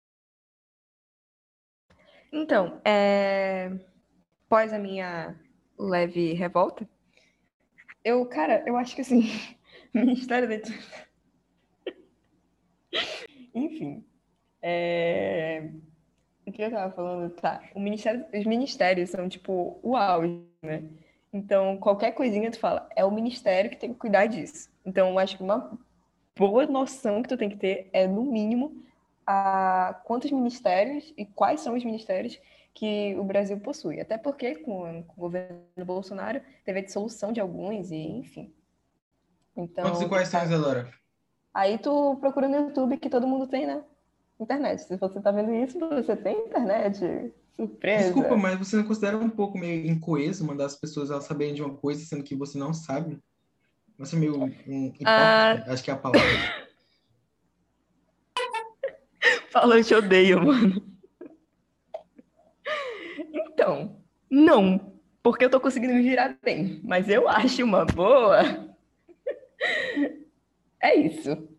Então, é... após a minha leve revolta, eu, cara, eu acho que assim, Ministério da Educação... Enfim, é... o que eu tava falando? Tá, o ministério, os ministérios são, tipo, o auge, né? Então, qualquer coisinha tu fala, é o ministério que tem que cuidar disso. Então, eu acho que uma boa noção que tu tem que ter é, no mínimo, a quantos ministérios e quais são os ministérios que o Brasil possui. Até porque, com, com o governo Bolsonaro, teve a dissolução de alguns e, enfim. Quantos e Então, quais são, tá. Isadora? Aí tu procura no YouTube, que todo mundo tem, né? Internet. Se você tá vendo isso, você tem internet. Surpresa. Desculpa, mas você não considera um pouco meio incoeso mandar as pessoas elas saberem de uma coisa, sendo que você não sabe? Você é meio um hipócrita, Ah... acho que é a palavra. Fala, eu te odeio, mano. Então, não. Porque eu tô conseguindo me virar bem. Mas eu acho uma boa. É isso.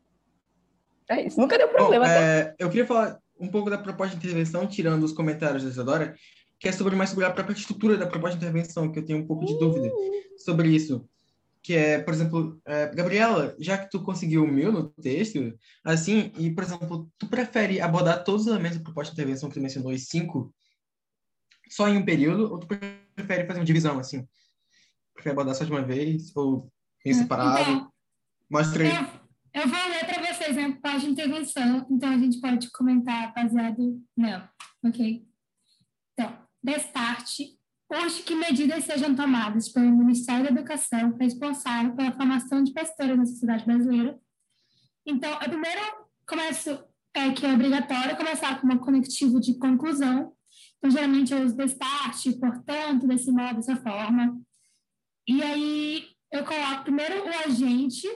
É isso. Nunca deu problema. Bom, Até... é, eu queria falar um pouco da proposta de intervenção, tirando os comentários da Isadora, que é sobre mais sobre a própria estrutura da proposta de intervenção, que eu tenho um pouco de dúvida sobre isso. Que é, por exemplo, é, Gabriela, já que tu conseguiu o meu no texto, assim, e, por exemplo, tu prefere abordar todos os elementos da proposta de intervenção que tu mencionou, os cinco, só em um período, ou tu prefere fazer uma divisão, assim? Prefere abordar só de uma vez, ou em separado? Então, Mostra aí. eu, eu vou ler para vocês a parte de intervenção, então a gente pode comentar baseado nela, ok? Então, destarte, urge que medidas sejam tomadas pelo Ministério da Educação, responsável pela formação de pastores na sociedade brasileira. Então, eu primeiro começo, é, que é obrigatório começar com um conectivo de conclusão. Então, geralmente eu uso destarte, portanto, desse modo, dessa forma. E aí, eu coloco primeiro o agente,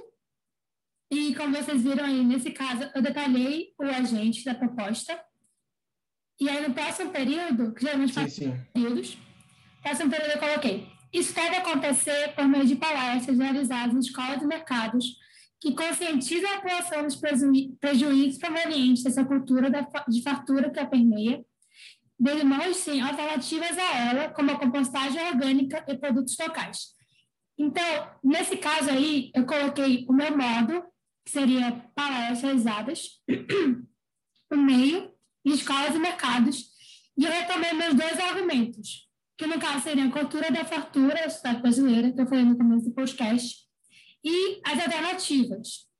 e como vocês viram aí, nesse caso, eu detalhei o agente da proposta. E aí, no próximo período, que geralmente faz períodos, no próximo período eu coloquei: isso deve acontecer por meio de palestras realizadas em escolas e mercados que conscientizam a população dos prejuízos provenientes dessa cultura de fartura que a permeia, demonstrem alternativas a ela, como a compostagem orgânica e produtos locais. Então, nesse caso aí, eu coloquei o meu modo, que seria palestras realizadas, o meio, em escolas e mercados, e eu retomei meus dois argumentos, que no caso seriam a cultura da fartura da sociedade brasileira, que eu falei no começo do podcast, e as alternativas,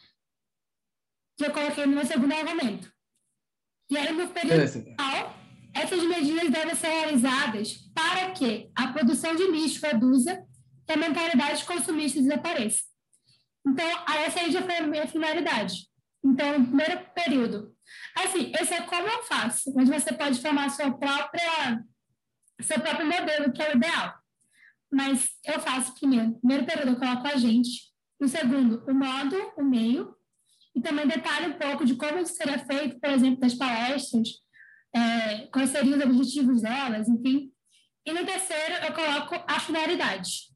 que eu coloquei no meu segundo argumento. E aí, no período final, essas medidas devem ser realizadas para que a produção de lixo reduza e a mentalidade consumista desapareça. Então, essa aí já foi a minha finalidade. Então, no primeiro período. Assim, esse é como eu faço, mas você pode formar sua própria, seu próprio modelo, que é o ideal. Mas eu faço primeiro. No primeiro período, eu coloco a gente. No segundo, o modo, o meio. E também detalhe um pouco de como isso seria feito, por exemplo, das palestras, é, quais seriam os objetivos delas, enfim. E no terceiro, eu coloco a finalidade.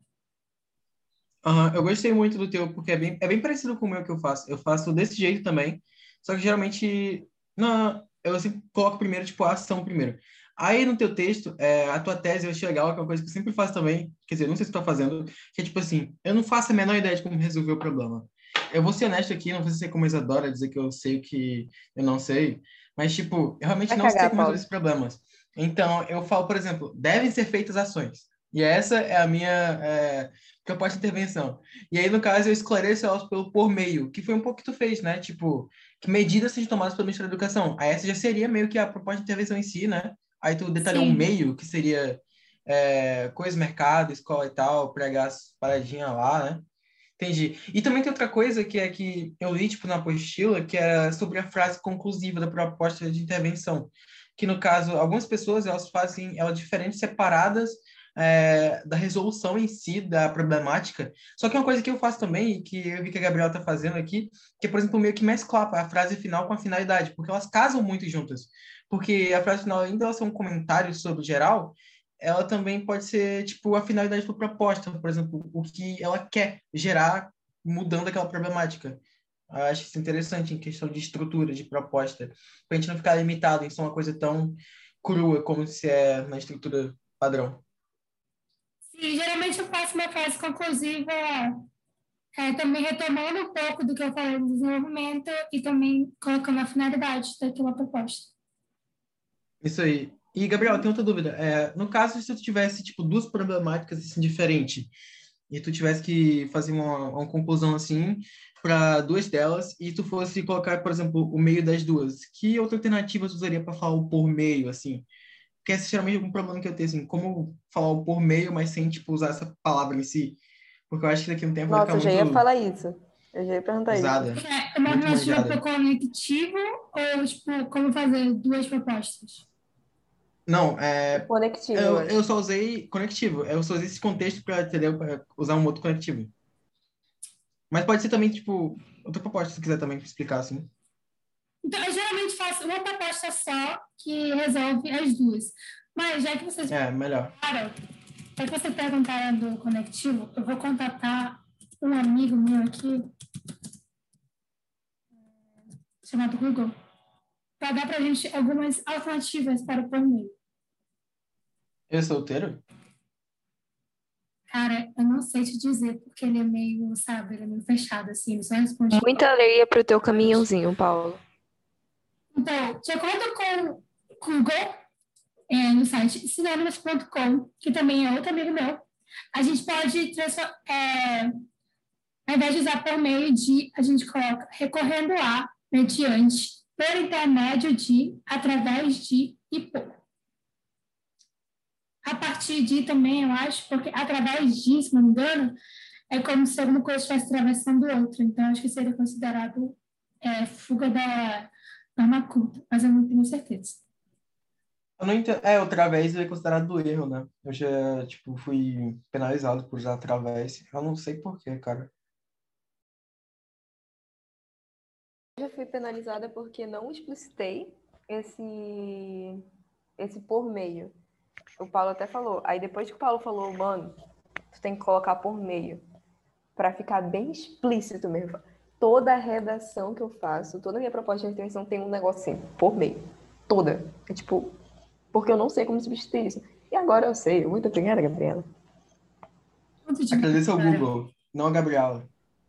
Uhum, eu gostei muito do teu, porque é bem, é bem parecido com o meu que eu faço. Eu faço desse jeito também, só que geralmente, não, eu sempre coloco primeiro, tipo, a ação primeiro. Aí no teu texto, é, a tua tese eu achei legal, que é uma coisa que eu sempre faço também, quer dizer, não sei se tu tá fazendo, que é tipo assim, eu não faço a menor ideia de como resolver o problema. Eu vou ser honesto aqui, não vou ser como a Isadora, dizer que eu sei o que eu não sei, mas, tipo, eu realmente Vai não sei cagar, como Paulo. resolver esses problemas. Então, eu falo, por exemplo, devem ser feitas ações. E essa é a minha é, proposta de intervenção. E aí, no caso, eu esclareço elas pelo por meio, que foi um pouco que tu fez, né? Tipo, que medidas sejam tomadas pelo Ministério da Educação. Aí essa já seria meio que a proposta de intervenção em si, né? Aí tu detalhou um Sim. meio, que seria é, coisa, mercado, escola e tal, pregar as paradinhas lá, né? Entendi. E também tem outra coisa que é que eu li, tipo, na apostila, que é sobre a frase conclusiva da proposta de intervenção. Que, no caso, algumas pessoas, elas fazem ela diferentes, separadas é, da resolução em si, da problemática. Só que uma coisa que eu faço também, e que eu vi que a Gabriela está fazendo aqui, que é, por exemplo, meio que mesclar a frase final com a finalidade, porque elas casam muito juntas. Porque a frase final, além dela ser um comentário sobre o geral, ela também pode ser, tipo, a finalidade da proposta, por exemplo, o que ela quer gerar mudando aquela problemática. Eu acho isso interessante em questão de estrutura, de proposta, para a gente não ficar limitado em ser uma coisa tão crua como se é na estrutura padrão. Sim, geralmente eu faço uma frase conclusiva, é, também retomando um pouco do que eu falei no desenvolvimento e também colocando a finalidade daquela proposta. Isso aí. E, Gabriel, tem outra dúvida. É, no caso, se tu tivesse, tipo, duas problemáticas, assim, diferentes, e tu tivesse que fazer uma, uma conclusão, assim, para duas delas, e tu fosse colocar, por exemplo, o meio das duas, que outra alternativa tu usaria para falar o por meio, assim? Porque esse é geralmente um problema que eu tenho, assim, como falar o por meio, mas sem, tipo, usar essa palavra em si. Porque eu acho que daqui a um tempo vai ficar Nossa, eu já ia muito falar isso. Eu já ia perguntar isso. usada, É uma muito alternativa para manjada. o conectivo ou, tipo, como fazer duas propostas? Não, é, Conectivo, eu eu, eu acho. só usei conectivo. Eu só usei esse contexto para, entendeu? Para usar um outro conectivo. Mas pode ser também, tipo, outra proposta, se quiser também explicar, assim. Então, eu geralmente faço uma proposta só que resolve as duas. Mas já que vocês É, melhor. perguntaram, já que você perguntaram do conectivo, eu vou contatar um amigo meu aqui, chamado Google, para dar para a gente algumas alternativas para o por meio. Eu é solteiro? Cara, eu não sei te dizer, porque ele é meio, sabe, ele é meio fechado, assim, ele só responde. Muita areia pro teu caminhãozinho, Paulo. Então, de acordo com o Google, é, no site sinônimos ponto com, que também é outro amigo meu, a gente pode, transfor- é, ao invés de usar por meio de, a gente coloca recorrendo a, mediante, por intermédio de, através de e por. A partir de também, eu acho, porque através de, se não me engano, é como se alguma coisa estivesse atravessando outra. Então, acho que seria considerado é, fuga da norma culta, mas eu não tenho certeza. Eu não entendo. É, o través é considerado do erro, né? Eu já, tipo, fui penalizado por usar través. Eu não sei por quê, cara. Eu já fui penalizada porque não explicitei esse, esse por meio. O Paulo até falou. Aí depois que o Paulo falou, mano, tu tem que colocar por meio. Pra ficar bem explícito mesmo. Toda a redação que eu faço, toda a minha proposta de intervenção tem um negócio assim, por meio. Toda. É tipo, porque eu não sei como substituir isso. E agora eu sei. Muito obrigada, Gabriela. Ponto de Agradeço ao cara. Google, não a Gabriela.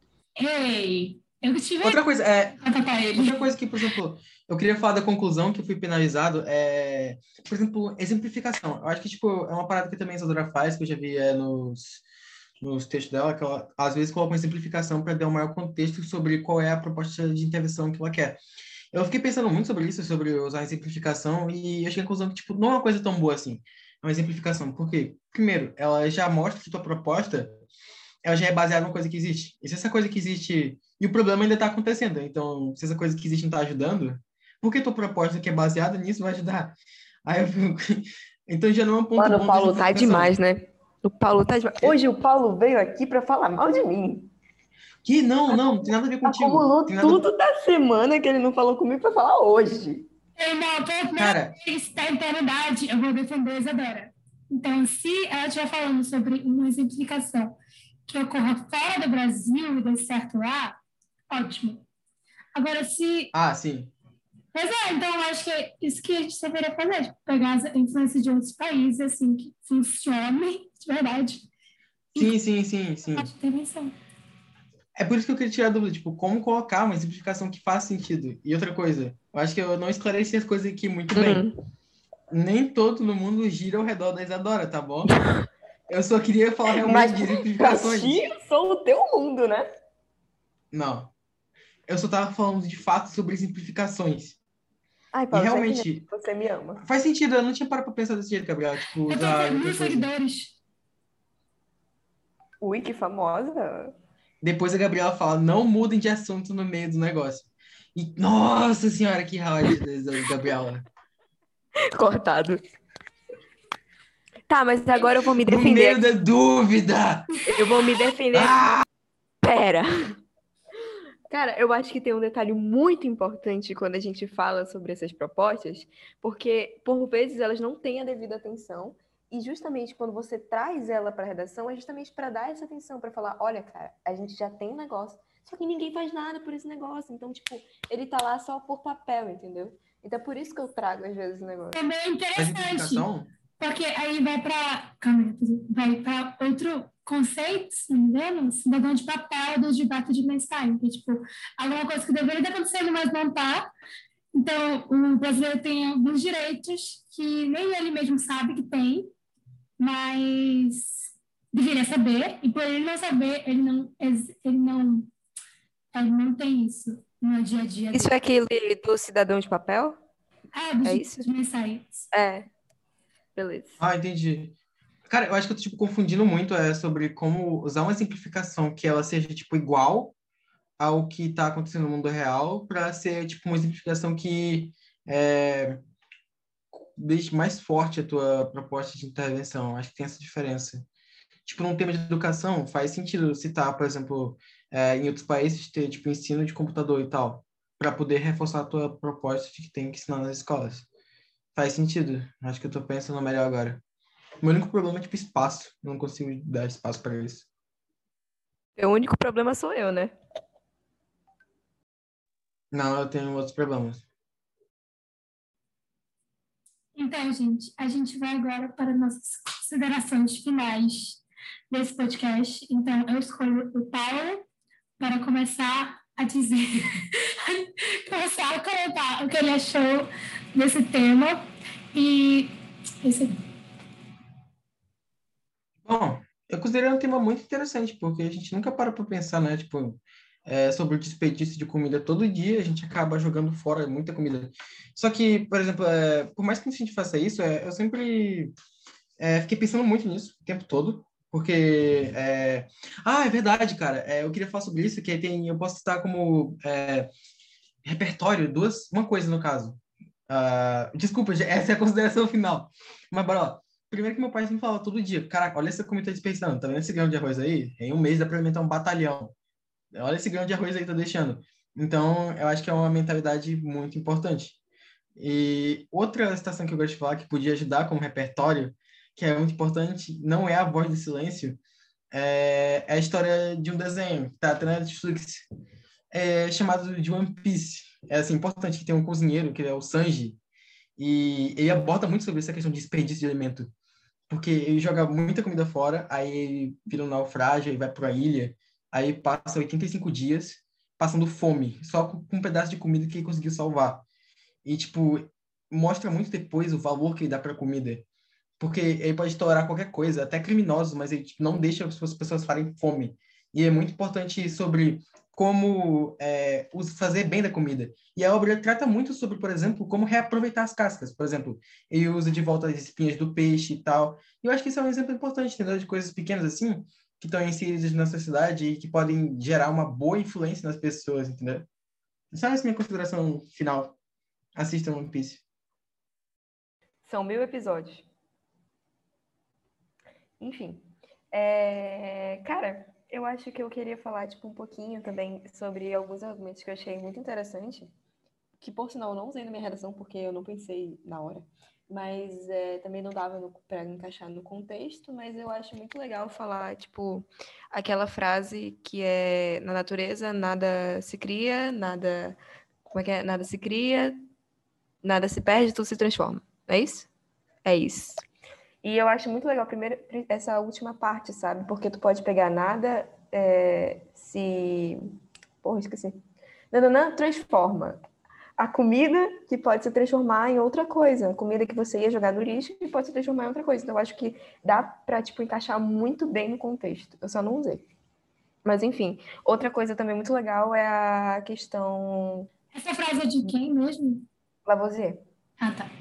Ei, eu tive Outra coisa, é, que atacar outra ele. coisa que, por exemplo, eu queria falar da conclusão que eu fui penalizado é, por exemplo, exemplificação. Eu acho que, tipo, é uma parada que também a Isadora faz, que eu já vi é, nos, nos textos dela, que ela, às vezes, coloca uma exemplificação para dar um maior contexto sobre qual é a proposta de intervenção que ela quer. Eu fiquei pensando muito sobre isso, sobre usar a exemplificação, e eu cheguei à conclusão que, tipo, não é uma coisa tão boa assim. É uma exemplificação. Por quê? Primeiro, ela já mostra que tua proposta ela já é baseada numa coisa que existe. E se essa coisa que existe... E o problema ainda está acontecendo. Então, se essa coisa que existe não está ajudando, por que tua proposta que é baseada nisso vai ajudar? Aí eu fico... Então, já não é um ponto Mano, o bom de Paulo tá exemplificação. demais, né? O Paulo tá demais. Hoje o Paulo veio aqui pra falar mal de mim. Que não, não, não tem nada a ver contigo. Tem Acumulou nada... tudo da semana que ele não falou comigo pra falar hoje. Irmão, pela primeira Cara, vez da eternidade, eu vou defender a Isadora. Então, se ela estiver falando sobre uma exemplificação que ocorra fora do Brasil e dê certo lá, ótimo. Agora, se. ah, sim. Mas é, então eu acho que é isso que a gente deveria fazer, tipo, pegar as influências de outros países, assim, que funcionem de verdade, e Sim, sim, sim, colocar sim. de intervenção. É por isso que eu queria tirar a dúvida, tipo, como colocar uma exemplificação que faz sentido. E outra coisa, eu acho que eu não esclareci as coisas aqui muito bem. Hum. Nem todo mundo gira ao redor da Isadora, tá bom? Eu só queria falar Mas realmente de pra exemplificações. ti, eu sou o teu mundo, né? Não. Eu só tava falando de fato sobre simplificações. Ai, E Paulo, você é que nem realmente, você me ama. faz sentido, eu não tinha parado pra pensar desse jeito, Gabriel. Tipo, Eu tô usar com outra mil coisa. seguidores. Ui, que famosa. Depois a Gabriela fala, não mudem de assunto no meio do negócio. E, nossa senhora, que raiva da Gabriela. Cortado. Tá, mas agora eu vou me No defender meio aqui. da dúvida! Eu vou me defender aqui. Ah! Pera. Cara, eu acho que tem um detalhe muito importante quando a gente fala sobre essas propostas, porque por vezes elas não têm a devida atenção, e justamente quando você traz ela para a redação, é justamente para dar essa atenção, para falar, olha, cara, a gente já tem um negócio, só que ninguém faz nada por esse negócio, então, tipo, ele tá lá só por papel, entendeu? Então é por isso que eu trago às vezes o negócio. Também é Mas interessante, simplificação? porque aí vai para vai para outro conceito, se não me engano, cidadão de papel do Gilberto de Menstein, que é tipo alguma coisa que deveria estar acontecendo, mas não está. Então, o brasileiro tem alguns direitos que nem ele mesmo sabe que tem, mas deveria saber, e por ele não saber, ele não, ele não, ele não tem isso no dia a dia Isso dele. é aquele do cidadão de papel? Ah, dos É direitos isso? mensais. É, beleza. Ah, entendi. Cara, eu acho que eu tô, tipo, confundindo muito é, sobre como usar uma simplificação que ela seja, tipo, igual ao que está acontecendo no mundo real para ser, tipo, uma simplificação que é, deixe mais forte a tua proposta de intervenção. Acho que tem essa diferença. Tipo, num tema de educação, faz sentido citar, por exemplo, é, em outros países ter, tipo, ensino de computador e tal, para poder reforçar a tua proposta de que tem que ensinar nas escolas. Faz sentido. Acho que eu tô pensando melhor agora. O meu único problema é, tipo, espaço. Eu não consigo dar espaço para isso. O único problema sou eu, né? Não, eu tenho outros problemas. Então, gente, a gente vai agora para nossas considerações finais desse podcast. Então, eu escolho o Paulo para começar a dizer, começar a comentar o que ele achou desse tema. E isso Bom, eu considero um tema muito interessante, porque a gente nunca para para pensar, né? Tipo, é, sobre o desperdício de comida todo dia, a gente acaba jogando fora muita comida. Só que, por exemplo, é, por mais que a gente faça isso, é, eu sempre é, fiquei pensando muito nisso o tempo todo, porque... É... Ah, é verdade, cara. É, eu queria falar sobre isso, que tem, eu posso citar como é, repertório duas, uma coisa no caso. Ah, desculpa, já- essa é a consideração final. Mas, bora lá. Primeiro que meu pai sempre fala todo dia, caraca, olha essa comida que tá desperdiçando, tá vendo esse grão de arroz aí? Em um mês dá pra alimentar um batalhão. Olha esse grão de arroz aí que tá deixando. Então, eu acho que é uma mentalidade muito importante. E outra citação que eu gosto de falar, que podia ajudar como repertório, que é muito importante, não é a voz do silêncio, é, é a história de um desenho, que tá até na Netflix, é chamado de One Piece. É assim, importante que tem um cozinheiro, que é o Sanji, e ele aborda muito sobre essa questão de desperdício de alimento, porque ele joga muita comida fora, aí ele vira um naufrágio e vai para a ilha, aí passa oitenta e cinco dias passando fome, só com um pedaço de comida que ele conseguiu salvar. E, tipo, mostra muito depois o valor que ele dá para a comida, porque ele pode estourar qualquer coisa, até criminosos, mas ele tipo, não deixa as pessoas farem fome. E é muito importante sobre como é, us- fazer bem da comida. E a obra trata muito sobre, por exemplo, como reaproveitar as cascas. Por exemplo, ele usa de volta as espinhas do peixe e tal. E eu acho que isso é um exemplo importante, entendeu? De coisas pequenas assim, que estão inseridas na sociedade e que podem gerar uma boa influência nas pessoas, entendeu? Só essa é a minha consideração final. Assistam One Piece. São mil episódios. Enfim. É... Cara, eu acho que eu queria falar tipo, um pouquinho também sobre alguns argumentos que eu achei muito interessante, que por sinal eu não usei na minha redação porque eu não pensei na hora, mas é, também não dava para encaixar no contexto, mas eu acho muito legal falar, tipo, aquela frase que é na natureza nada se cria, nada... Como é que é? Nada se cria, nada se perde, tudo se transforma. É isso? É isso. E eu acho muito legal, primeiro, essa última parte, sabe? Porque tu pode pegar nada, é, se... Porra, esqueci. Nananã transforma. A comida que pode se transformar em outra coisa. A comida que você ia jogar no lixo e pode se transformar em outra coisa. Então, eu acho que dá pra, tipo, encaixar muito bem no contexto. Eu só não usei. Mas, enfim. Outra coisa também muito legal é a questão... Essa frase é de quem mesmo? Lavoisier. Ah, tá.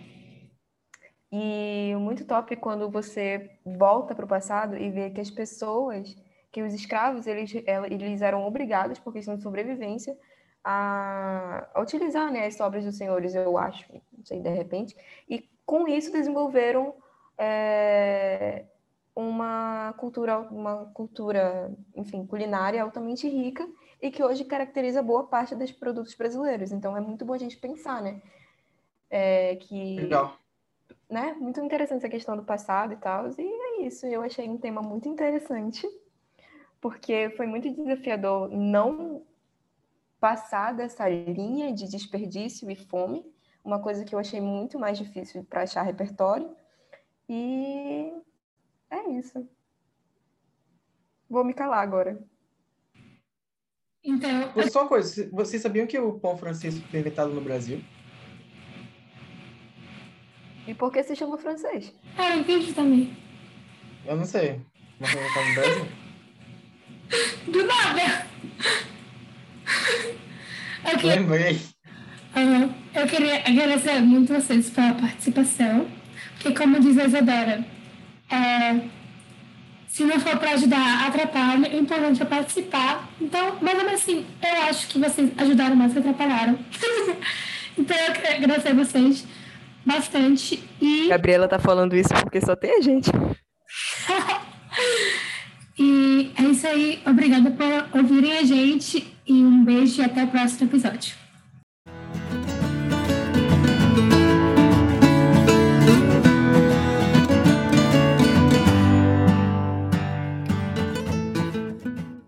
E muito top quando você volta para o passado e vê que as pessoas, que os escravos, eles, eles eram obrigados, por questão de sobrevivência, a, a utilizar, né, as sobras dos senhores, eu acho, não sei, de repente, e com isso desenvolveram é, uma cultura, uma cultura, enfim, culinária altamente rica e que hoje caracteriza boa parte dos produtos brasileiros. Então é muito bom a gente pensar, né, é, que Legal. né? Muito interessante essa questão do passado e tal. E é isso. Eu achei um tema muito interessante, porque foi muito desafiador não passar dessa linha de desperdício e fome, uma coisa que eu achei muito mais difícil para achar repertório. E é isso. Vou me calar agora. Então, Você, só uma coisa, vocês sabiam que o pão francês foi inventado no Brasil? E por que se chama francês? eu, eu entendi também. Eu não sei, mas foi inventado no Brasil. Do nada! Eu queria, Lembrei. Aham. Eu queria agradecer muito vocês pela participação, porque, como diz a Isadora, é, se não for para ajudar, atrapalha, o importante é participar. Então, mas mesmo assim, eu acho que vocês ajudaram mais que atrapalharam. Então, eu queria agradecer vocês bastante e, Gabriela tá falando isso porque só tem a gente. e é isso aí. Obrigada por ouvirem a gente e um beijo e até o próximo episódio.